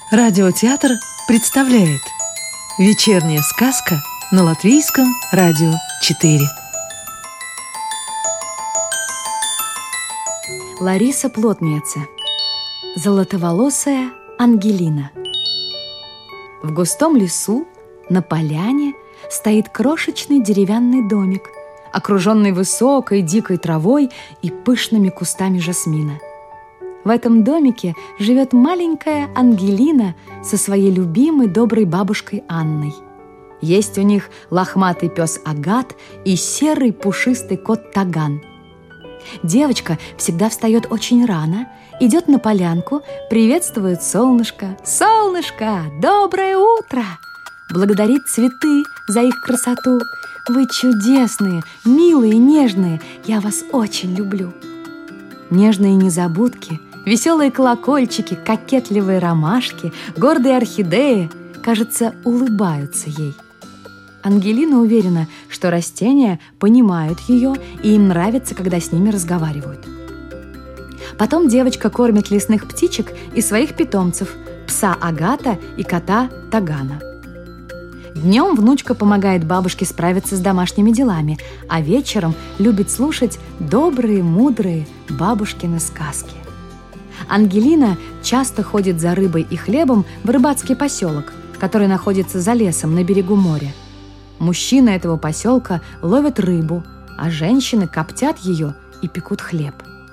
Радиотеатр представляет «Вечерняя сказка» на Латвийском радио 4. Лариса Плотниеце. Золотоволосая Ангелина. В густом лесу на поляне стоит крошечный деревянный домик, окруженный высокой дикой травой и пышными кустами жасмина. В этом домике живет маленькая Ангелина со своей любимой доброй бабушкой Анной. Есть у них лохматый пес Агат и серый пушистый кот Таган. Девочка всегда встает очень рано, идет на полянку, приветствует солнышко. «Солнышко, доброе утро!» Благодарит цветы за их красоту. «Вы чудесные, милые, нежные, я вас очень люблю!» Нежные незабудки, веселые колокольчики, кокетливые ромашки, гордые орхидеи, кажется, улыбаются ей. Ангелина уверена, что растения понимают ее, и им нравится, когда с ними разговаривают. Потом девочка кормит лесных птичек и своих питомцев – пса Агата и кота Тагана. Днем внучка помогает бабушке справиться с домашними делами, а вечером любит слушать добрые, мудрые бабушкины сказки. Ангелина часто ходит за рыбой и хлебом в рыбацкий поселок, который находится за лесом на берегу моря. Мужчины этого поселка ловят рыбу, а женщины коптят ее и пекут хлеб.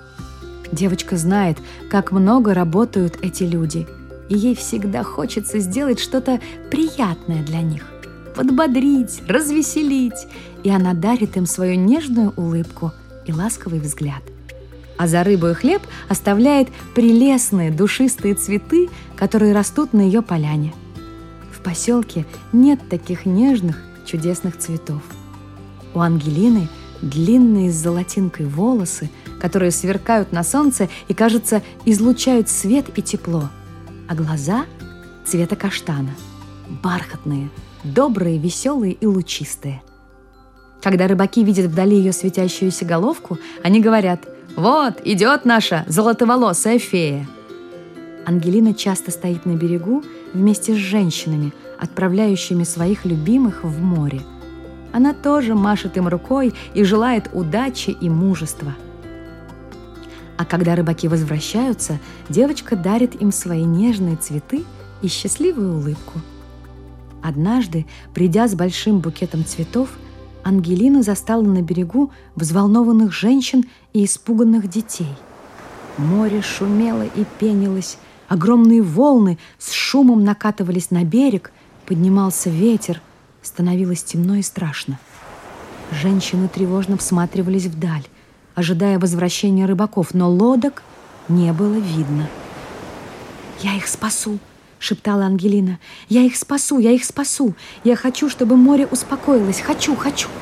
Девочка знает, как много работают эти люди, и ей всегда хочется сделать что-то приятное для них, подбодрить, развеселить, и она дарит им свою нежную улыбку и ласковый взгляд. А за рыбу и хлеб оставляет прелестные душистые цветы, которые растут на ее поляне. В поселке нет таких нежных, чудесных цветов. У Ангелины длинные с золотинкой волосы, которые сверкают на солнце и, кажется, излучают свет и тепло, а глаза цвета каштана, бархатные, добрые, веселые и лучистые. Когда рыбаки видят вдали ее светящуюся головку, они говорят: «Вот, идет наша золотоволосая фея». Ангелина часто стоит на берегу вместе с женщинами, отправляющими своих любимых в море. Она тоже машет им рукой и желает удачи и мужества. А когда рыбаки возвращаются, девочка дарит им свои нежные цветы и счастливую улыбку. Однажды, придя с большим букетом цветов, Ангелина застала на берегу взволнованных женщин и испуганных детей. Море шумело и пенилось, огромные волны с шумом накатывались на берег, поднимался ветер, становилось темно и страшно. Женщины тревожно всматривались вдаль, ожидая возвращения рыбаков, но лодок не было видно. «Я их спасу!» — шептала Ангелина. «Я их спасу, я их спасу! Я хочу, чтобы море успокоилось! Хочу!»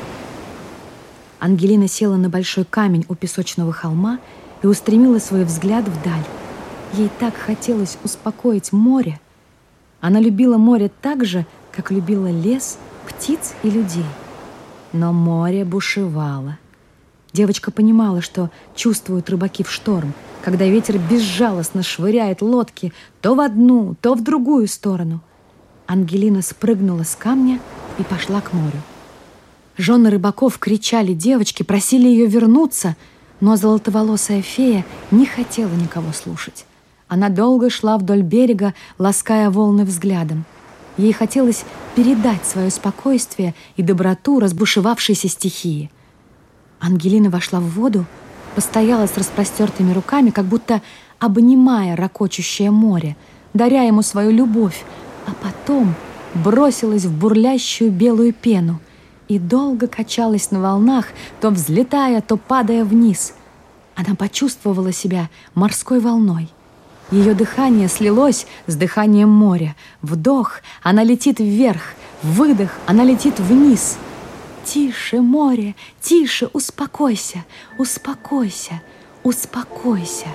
Ангелина села на большой камень у песочного холма и устремила свой взгляд вдаль. Ей так хотелось успокоить море. Она любила море так же, как любила лес, птиц и людей. Но море бушевало. Девочка понимала, что чувствуют рыбаки в шторм, когда ветер безжалостно швыряет лодки то в одну, то в другую сторону. Ангелина спрыгнула с камня и пошла к морю. Жены рыбаков кричали девочке, просили ее вернуться, но золотоволосая фея не хотела никого слушать. Она долго шла вдоль берега, лаская волны взглядом. Ей хотелось передать свое спокойствие и доброту разбушевавшейся стихии. Ангелина вошла в воду, постояла с распростертыми руками, как будто обнимая рокочущее море, даря ему свою любовь, а потом бросилась в бурлящую белую пену и долго качалась на волнах, то взлетая, то падая вниз. Она почувствовала себя морской волной. Ее дыхание слилось с дыханием моря. Вдох — она летит вверх, выдох — она летит вниз. «Тише, море, тише, успокойся, успокойся, успокойся».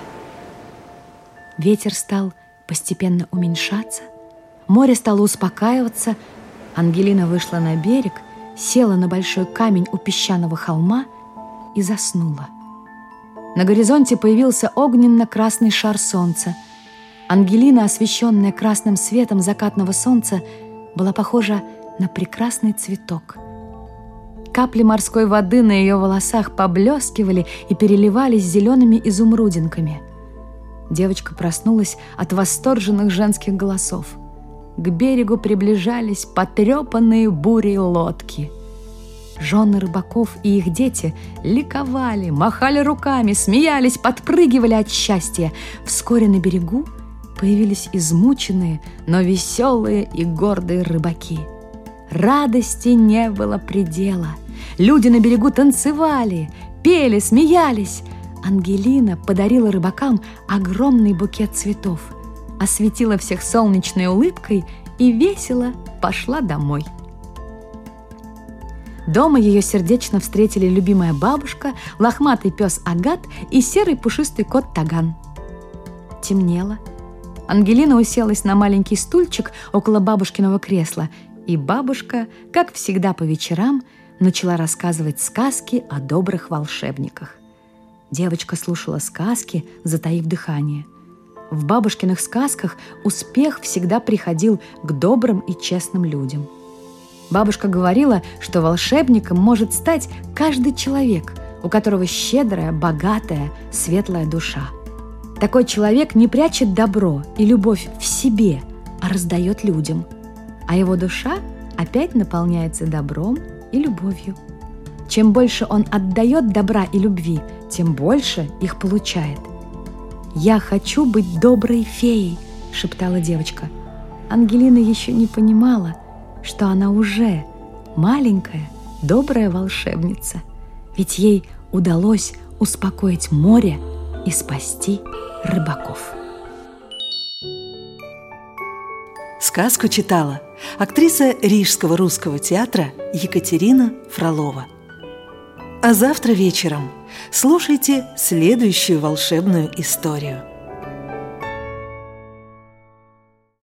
Ветер стал постепенно уменьшаться, море стало успокаиваться. Ангелина вышла на берег, села на большой камень у песчаного холма и заснула. На горизонте появился огненно-красный шар солнца. Ангелина, освещенная красным светом закатного солнца, была похожа на прекрасный цветок. Капли морской воды на ее волосах поблескивали и переливались зелеными изумрудинками. Девочка проснулась от восторженных женских голосов. К берегу приближались потрепанные бурей лодки. Жены рыбаков и их дети ликовали, махали руками, смеялись, подпрыгивали от счастья. Вскоре на берегу появились измученные, но веселые и гордые рыбаки. Радости не было предела. Люди на берегу танцевали, пели, смеялись. Ангелина подарила рыбакам огромный букет цветов, осветила всех солнечной улыбкой и весело пошла домой. Дома ее сердечно встретили любимая бабушка, лохматый пес Агат и серый пушистый кот Таган. Темнело. Ангелина уселась на маленький стульчик около бабушкиного кресла, и бабушка, как всегда по вечерам, начала рассказывать сказки о добрых волшебниках. Девочка слушала сказки, затаив дыхание. В бабушкиных сказках успех всегда приходил к добрым и честным людям. Бабушка говорила, что волшебником может стать каждый человек, у которого щедрая, богатая, светлая душа. Такой человек не прячет добро и любовь в себе, а раздает людям. А его душа опять наполняется добром и любовью. Чем больше он отдает добра и любви, тем больше их получает. «Я хочу быть доброй феей», — шептала девочка. Ангелина еще не понимала, что она уже маленькая, добрая волшебница, ведь ей удалось успокоить море и спасти рыбаков. Сказку читала актриса Рижского русского театра Екатерина Фролова. А завтра вечером слушайте следующую волшебную историю.